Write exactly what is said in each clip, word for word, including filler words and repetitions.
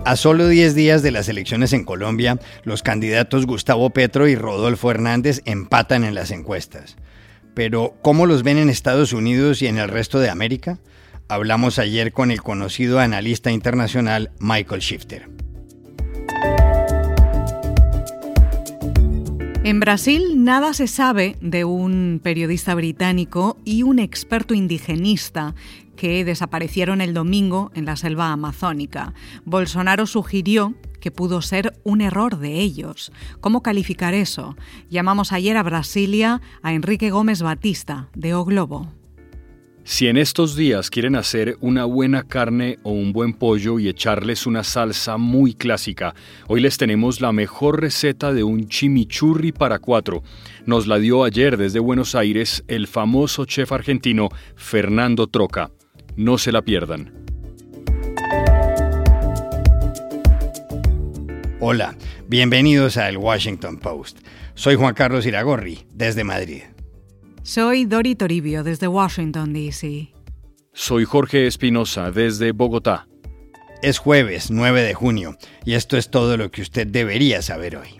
A solo diez días de las elecciones en Colombia, los candidatos Gustavo Petro y Rodolfo Hernández empatan en las encuestas. Pero, ¿cómo los ven en Estados Unidos y en el resto de América? Hablamos ayer con el conocido analista internacional Michael Shifter. En Brasil nada se sabe de un periodista británico y un experto indigenista que desaparecieron el domingo en la selva amazónica. Bolsonaro sugirió que pudo ser un error de ellos. ¿Cómo calificar eso? Llamamos ayer a Brasilia a Enrique Gómez Batista, de O Globo. Si en estos días quieren hacer una buena carne o un buen pollo y echarles una salsa muy clásica, hoy les tenemos la mejor receta de un chimichurri para cuatro. Nos la dio ayer desde Buenos Aires el famoso chef argentino Fernando Troca. No se la pierdan. Hola, bienvenidos a El Washington Post. Soy Juan Carlos Iragorri, desde Madrid. Soy Dori Toribio, desde Washington, D C Soy Jorge Espinosa, desde Bogotá. Es jueves nueve de junio y esto es todo lo que usted debería saber hoy.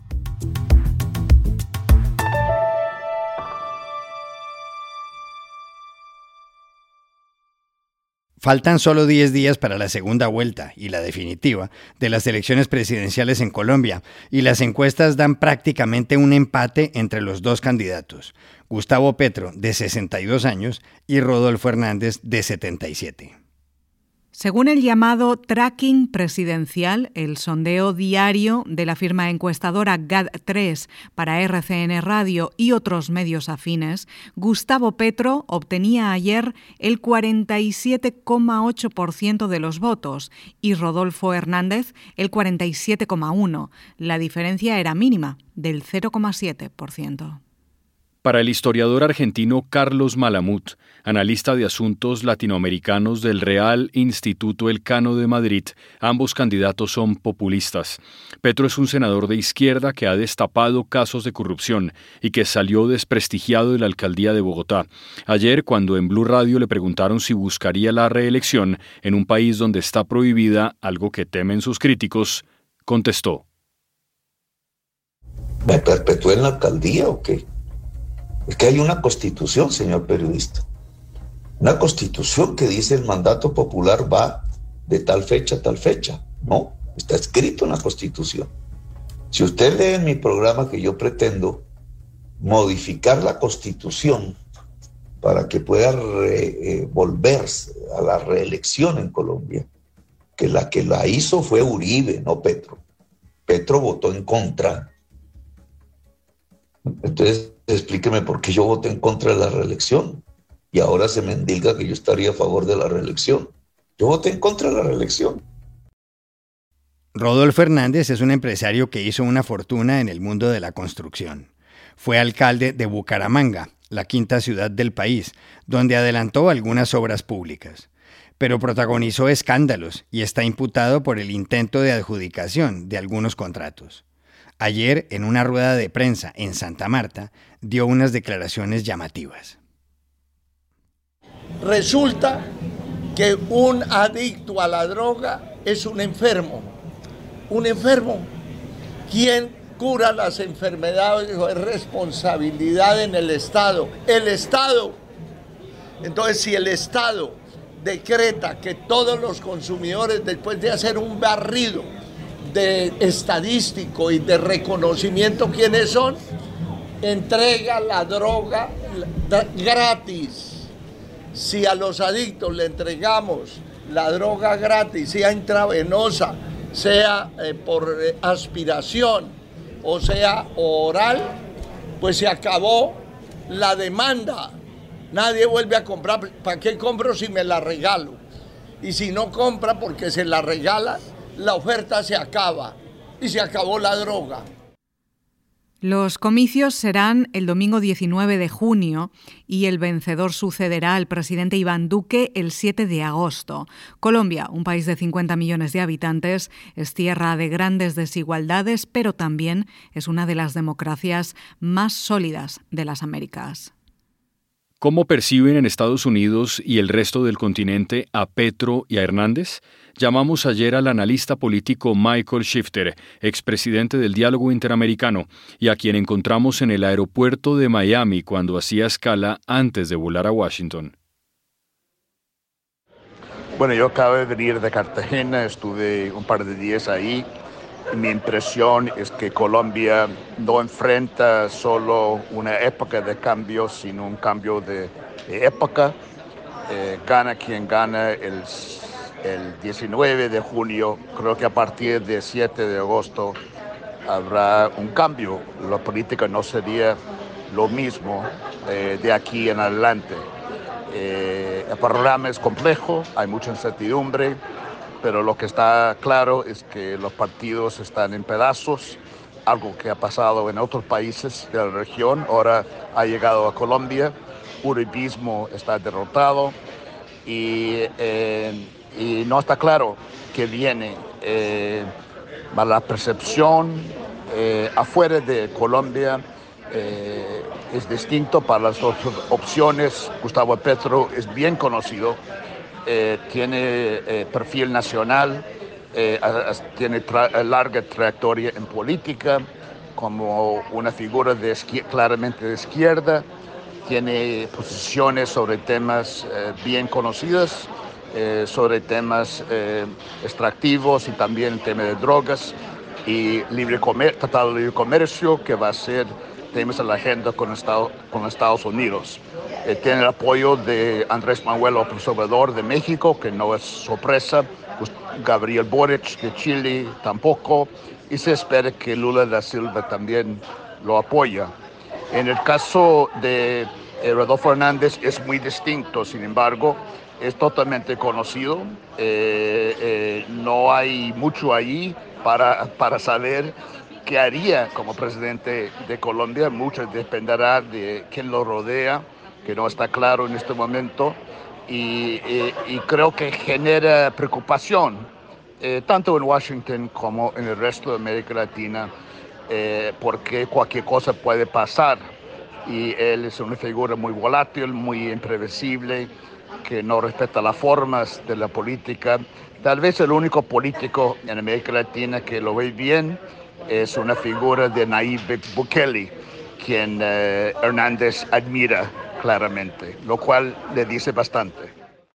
Faltan solo diez días para la segunda vuelta y la definitiva de las elecciones presidenciales en Colombia, y las encuestas dan prácticamente un empate entre los dos candidatos, Gustavo Petro, de sesenta y dos años, y Rodolfo Hernández, de setenta y siete. Según el llamado tracking presidencial, el sondeo diario de la firma encuestadora G A D tres para R C N Radio y otros medios afines, Gustavo Petro obtenía ayer el cuarenta y siete coma ocho por ciento de los votos y Rodolfo Hernández el cuarenta y siete coma uno por ciento. La diferencia era mínima, del cero coma siete por ciento. Para el historiador argentino Carlos Malamud, analista de asuntos latinoamericanos del Real Instituto Elcano de Madrid, ambos candidatos son populistas. Petro es un senador de izquierda que ha destapado casos de corrupción y que salió desprestigiado de la alcaldía de Bogotá. Ayer, cuando en Blue Radio le preguntaron si buscaría la reelección en un país donde está prohibida, algo que temen sus críticos, contestó: ¿Me perpetué en la alcaldía o qué? Es que hay una constitución, señor periodista. Una constitución que dice el mandato popular va de tal fecha a tal fecha. No, está escrito en la constitución. Si usted lee en mi programa que yo pretendo modificar la constitución para que pueda re, eh, volver a la reelección en Colombia, que la que la hizo fue Uribe, no Petro. Petro votó en contra. Entonces, explíqueme por qué yo voté en contra de la reelección y ahora se me indica que yo estaría a favor de la reelección. Yo voté en contra de la reelección. Rodolfo Hernández es un empresario que hizo una fortuna en el mundo de la construcción. Fue alcalde de Bucaramanga, la quinta ciudad del país, donde adelantó algunas obras públicas. Pero protagonizó escándalos y está imputado por el intento de adjudicación de algunos contratos. Ayer, en una rueda de prensa en Santa Marta, dio unas declaraciones llamativas. Resulta que un adicto a la droga es un enfermo. Un enfermo. ¿Quién cura las enfermedades? Es responsabilidad en el Estado. El Estado. Entonces, si el Estado decreta que todos los consumidores, después de hacer un barrido de estadístico y de reconocimiento quiénes son, entrega la droga gratis. Si a los adictos le entregamos la droga gratis, sea intravenosa, sea eh, por eh, aspiración o sea oral, pues se acabó la demanda. Nadie vuelve a comprar. ¿Para qué compro si me la regalo? Y si no compra porque se la regala, la oferta se acaba y se acabó la droga. Los comicios serán el domingo diecinueve de junio y el vencedor sucederá al presidente Iván Duque el siete de agosto. Colombia, un país de cincuenta millones de habitantes, es tierra de grandes desigualdades, pero también es una de las democracias más sólidas de las Américas. ¿Cómo perciben en Estados Unidos y el resto del continente a Petro y a Hernández? Llamamos ayer al analista político Michael Shifter, expresidente del Diálogo Interamericano, y a quien encontramos en el aeropuerto de Miami cuando hacía escala antes de volar a Washington. Bueno, yo acabo de venir de Cartagena, estuve un par de días ahí. Mi impresión es que Colombia no enfrenta solo una época de cambio, sino un cambio de, de época. Eh, gana quien gana el, el diecinueve de junio. Creo que a partir del siete de agosto habrá un cambio. La política no sería lo mismo eh, de aquí en adelante. Eh, el panorama es complejo, hay mucha incertidumbre. Pero lo que está claro es que los partidos están en pedazos, algo que ha pasado en otros países de la región, ahora ha llegado a Colombia. Uribismo está derrotado y, eh, y no está claro qué viene. Eh, la percepción eh, afuera de Colombia eh, es distinto para las otras opciones. Gustavo Petro es bien conocido. Eh, tiene eh, perfil nacional, eh, tiene tra- larga trayectoria en política, como una figura de izquier- claramente de izquierda, tiene posiciones sobre temas eh, bien conocidos, eh, sobre temas eh, extractivos y también el tema de drogas y libre comer- tratado de libre comercio, que va a ser temas en la agenda con, Estado- con Estados Unidos. Eh, tiene el apoyo de Andrés Manuel López Obrador de México, que no es sorpresa, Gabriel Boric de Chile tampoco, y se espera que Lula da Silva también lo apoya. En el caso de eh, Rodolfo Hernández es muy distinto, sin embargo, es totalmente conocido, eh, eh, no hay mucho ahí para, para saber qué haría como presidente de Colombia. Mucho dependerá de quién lo rodea, que no está claro en este momento, y, y, y creo que genera preocupación, eh, tanto en Washington como en el resto de América Latina, eh, porque cualquier cosa puede pasar, y él es una figura muy volátil, muy imprevisible, que no respeta las formas de la política. Tal vez el único político en América Latina que lo ve bien es una figura de Nayib Bukele, quien eh, Hernández admira claramente, lo cual le dice bastante.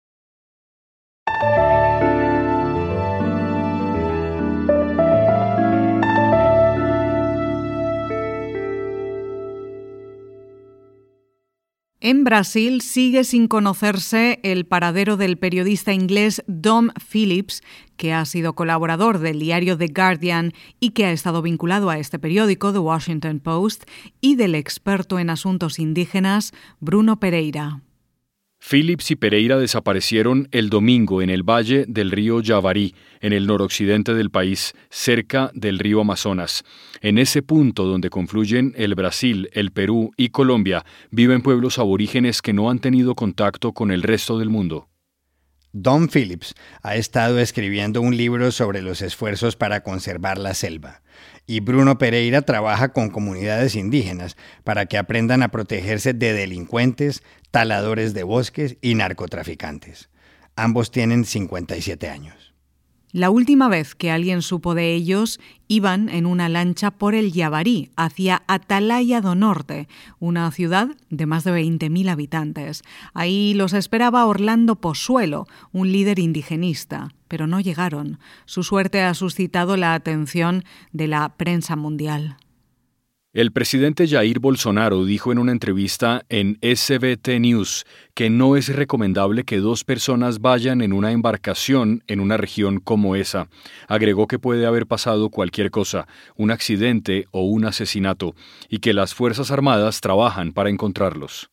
En Brasil sigue sin conocerse el paradero del periodista inglés Dom Phillips, que ha sido colaborador del diario The Guardian y que ha estado vinculado a este periódico, The Washington Post, y del experto en asuntos indígenas, Bruno Pereira. Phillips y Pereira desaparecieron el domingo en el valle del río Yavari, en el noroccidente del país, cerca del río Amazonas. En ese punto donde confluyen el Brasil, el Perú y Colombia, viven pueblos aborígenes que no han tenido contacto con el resto del mundo. Dom Phillips ha estado escribiendo un libro sobre los esfuerzos para conservar la selva, y Bruno Pereira trabaja con comunidades indígenas para que aprendan a protegerse de delincuentes, taladores de bosques y narcotraficantes. Ambos tienen cincuenta y siete años. La última vez que alguien supo de ellos, iban en una lancha por el Yavari, hacia Atalaya do Norte, una ciudad de más de veinte mil habitantes. Ahí los esperaba Orlando Pozuelo, un líder indigenista, pero no llegaron. Su suerte ha suscitado la atención de la prensa mundial. El presidente Jair Bolsonaro dijo en una entrevista en S B T News que no es recomendable que dos personas vayan en una embarcación en una región como esa. Agregó que puede haber pasado cualquier cosa, un accidente o un asesinato, y que las Fuerzas Armadas trabajan para encontrarlos.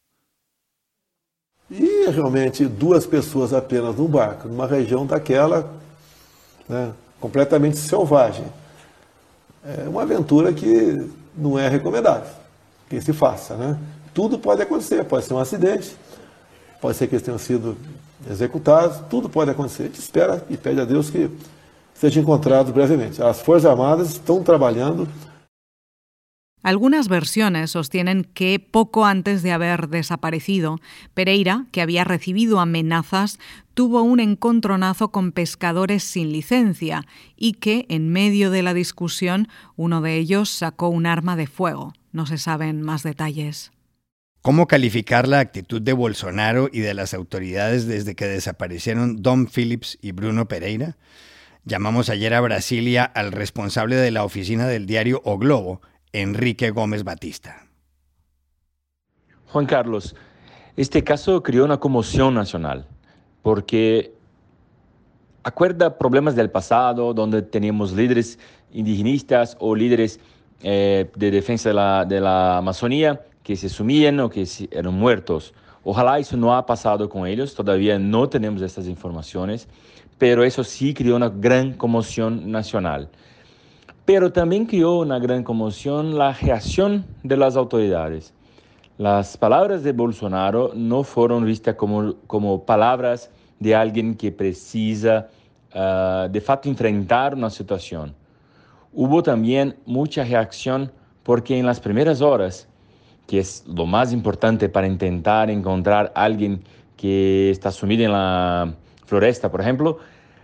E realmente duas pessoas apenas num barco, numa região daquela, né, completamente selvagem. É uma aventura que não é recomendável que se faça, né? Tudo pode acontecer, pode ser um acidente, pode ser que eles tenham sido executados, tudo pode acontecer. A gente espera e pede a Deus que sejam encontrados brevemente. As Forças Armadas estão trabalhando Algunas versiones sostienen que poco antes de haber desaparecido, Pereira, que había recibido amenazas, tuvo un encontronazo con pescadores sin licencia y que, en medio de la discusión, uno de ellos sacó un arma de fuego. No se saben más detalles. ¿Cómo calificar la actitud de Bolsonaro y de las autoridades desde que desaparecieron Dom Phillips y Bruno Pereira? Llamamos ayer a Brasilia al responsable de la oficina del diario O Globo, Enrique Gómez Batista. Juan Carlos, este caso creó una conmoción nacional, porque acuerda problemas del pasado, donde teníamos líderes indigenistas o líderes eh, de defensa de la, de la Amazonía que se sumían o que eran muertos. Ojalá eso no ha pasado con ellos, todavía no tenemos estas informaciones, pero eso sí creó una gran conmoción nacional. Pero también creó una gran conmoción la reacción de las autoridades. Las palabras de Bolsonaro no fueron vistas como, como palabras de alguien que precisa, uh, de fato, enfrentar una situación. Hubo también mucha reacción porque en las primeras horas, que es lo más importante para intentar encontrar a alguien que está sumido en la floresta, por ejemplo,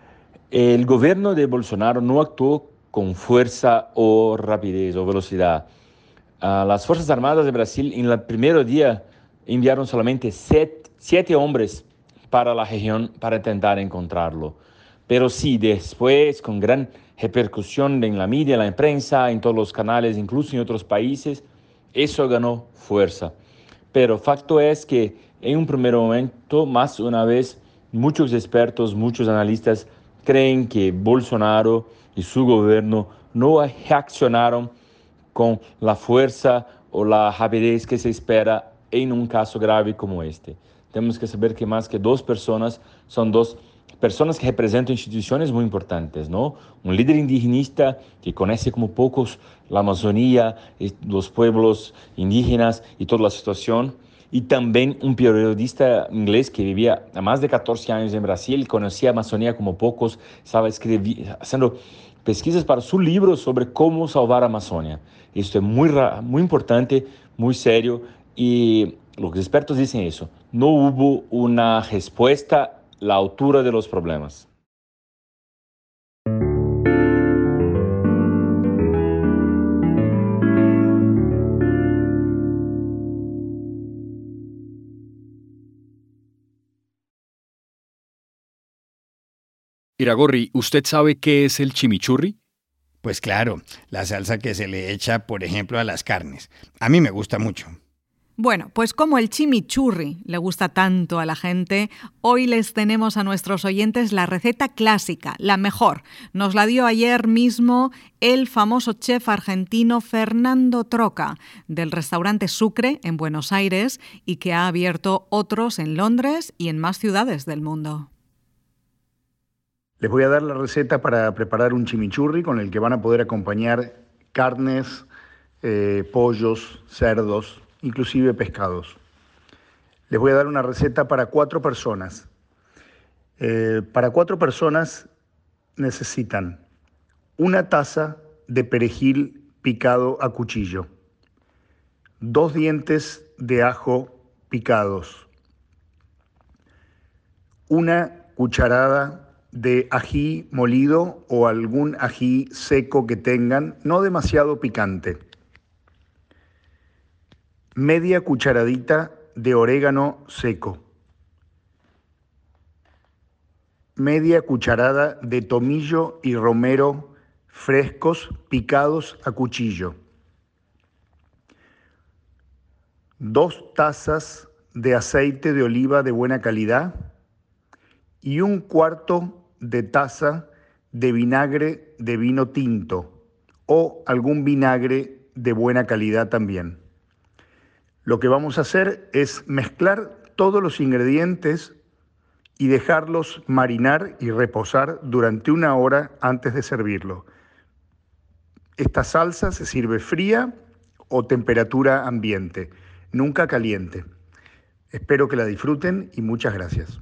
el gobierno de Bolsonaro no actuó con fuerza o rapidez o velocidad. Uh, las Fuerzas Armadas de Brasil en el primer día enviaron solamente siete, siete hombres para la región para intentar encontrarlo. Pero sí, después, con gran repercusión en la media, en la prensa, en todos los canales, incluso en otros países, eso ganó fuerza. Pero facto es que en un primer momento, más una vez, muchos expertos, muchos analistas creen que Bolsonaro y su gobierno no reaccionaron con la fuerza o la rapidez que se espera en un caso grave como este. Tenemos que saber que más que dos personas son dos personas que representan instituciones muy importantes, ¿no? Un líder indigenista que conoce como pocos la Amazonía, los pueblos indígenas y toda la situación, y también un periodista inglés que vivía a más de catorce años en Brasil, conocía Amazonía como pocos, estaba escribiendo, haciendo pesquisas para su libro sobre cómo salvar a Amazonia. Esto es muy, muy importante, muy serio, y los expertos dicen eso. No hubo una respuesta a la altura de los problemas. Iragorri, ¿usted sabe qué es el chimichurri? Pues claro, la salsa que se le echa, por ejemplo, a las carnes. A mí me gusta mucho. Bueno, pues como el chimichurri le gusta tanto a la gente, hoy les tenemos a nuestros oyentes la receta clásica, la mejor. Nos la dio ayer mismo el famoso chef argentino Fernando Troca, del restaurante Sucre en Buenos Aires, y que ha abierto otros en Londres y en más ciudades del mundo. Les voy a dar la receta para preparar un chimichurri con el que van a poder acompañar carnes, eh, pollos, cerdos, inclusive pescados. Les voy a dar una receta para cuatro personas. Eh, para cuatro personas necesitan una taza de perejil picado a cuchillo, dos dientes de ajo picados, una cucharada de ají molido o algún ají seco que tengan, no demasiado picante, media cucharadita de orégano seco, media cucharada de tomillo y romero frescos picados a cuchillo, dos tazas de aceite de oliva de buena calidad y un cuarto de taza de vinagre de vino tinto o algún vinagre de buena calidad también. Lo que vamos a hacer es mezclar todos los ingredientes y dejarlos marinar y reposar durante una hora antes de servirlo. Esta salsa se sirve fría o temperatura ambiente, nunca caliente. Espero que la disfruten y muchas gracias.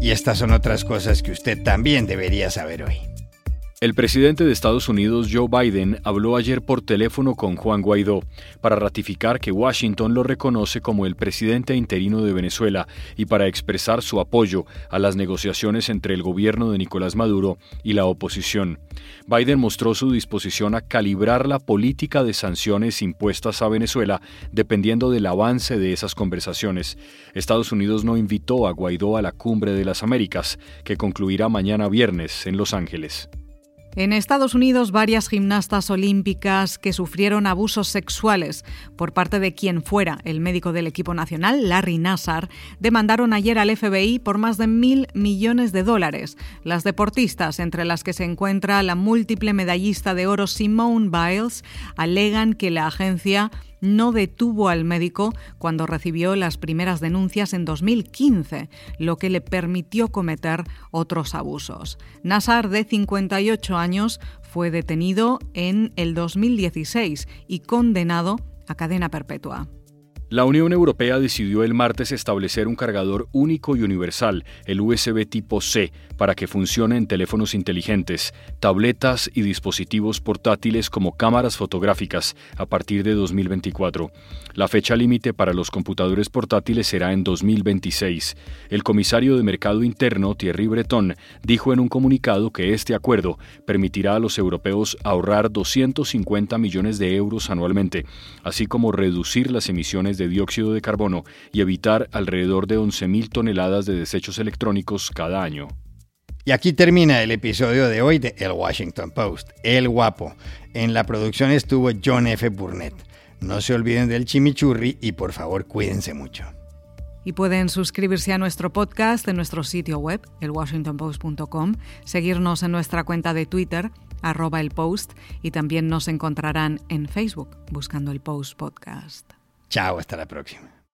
Y estas son otras cosas que usted también debería saber hoy. El presidente de Estados Unidos, Joe Biden, habló ayer por teléfono con Juan Guaidó para ratificar que Washington lo reconoce como el presidente interino de Venezuela y para expresar su apoyo a las negociaciones entre el gobierno de Nicolás Maduro y la oposición. Biden mostró su disposición a calibrar la política de sanciones impuestas a Venezuela dependiendo del avance de esas conversaciones. Estados Unidos no invitó a Guaidó a la Cumbre de las Américas, que concluirá mañana viernes en Los Ángeles. En Estados Unidos, varias gimnastas olímpicas que sufrieron abusos sexuales por parte de quien fuera el médico del equipo nacional, Larry Nassar, demandaron ayer al F B I por más de mil millones de dólares. Las deportistas, entre las que se encuentra la múltiple medallista de oro Simone Biles, alegan que la agencia no detuvo al médico cuando recibió las primeras denuncias en dos mil quince, lo que le permitió cometer otros abusos. Nassar, de cincuenta y ocho años, fue detenido en el dos mil dieciséis y condenado a cadena perpetua. La Unión Europea decidió el martes establecer un cargador único y universal, el U S B tipo C, para que funcione en teléfonos inteligentes, tabletas y dispositivos portátiles como cámaras fotográficas a partir de dos mil veinticuatro. La fecha límite para los computadores portátiles será en dos mil veintiséis. El comisario de Mercado Interno, Thierry Breton, dijo en un comunicado que este acuerdo permitirá a los europeos ahorrar doscientos cincuenta millones de euros anualmente, así como reducir las emisiones de dióxido de carbono y evitar alrededor de once mil toneladas de desechos electrónicos cada año. Y aquí termina el episodio de hoy de El Washington Post, El Guapo. En la producción estuvo John F. Burnett. No se olviden del chimichurri y por favor cuídense mucho. Y pueden suscribirse a nuestro podcast en nuestro sitio web, el washington post punto com, seguirnos en nuestra cuenta de Twitter, arroba el Post, y también nos encontrarán en Facebook buscando el Post Podcast. Chao, hasta la próxima.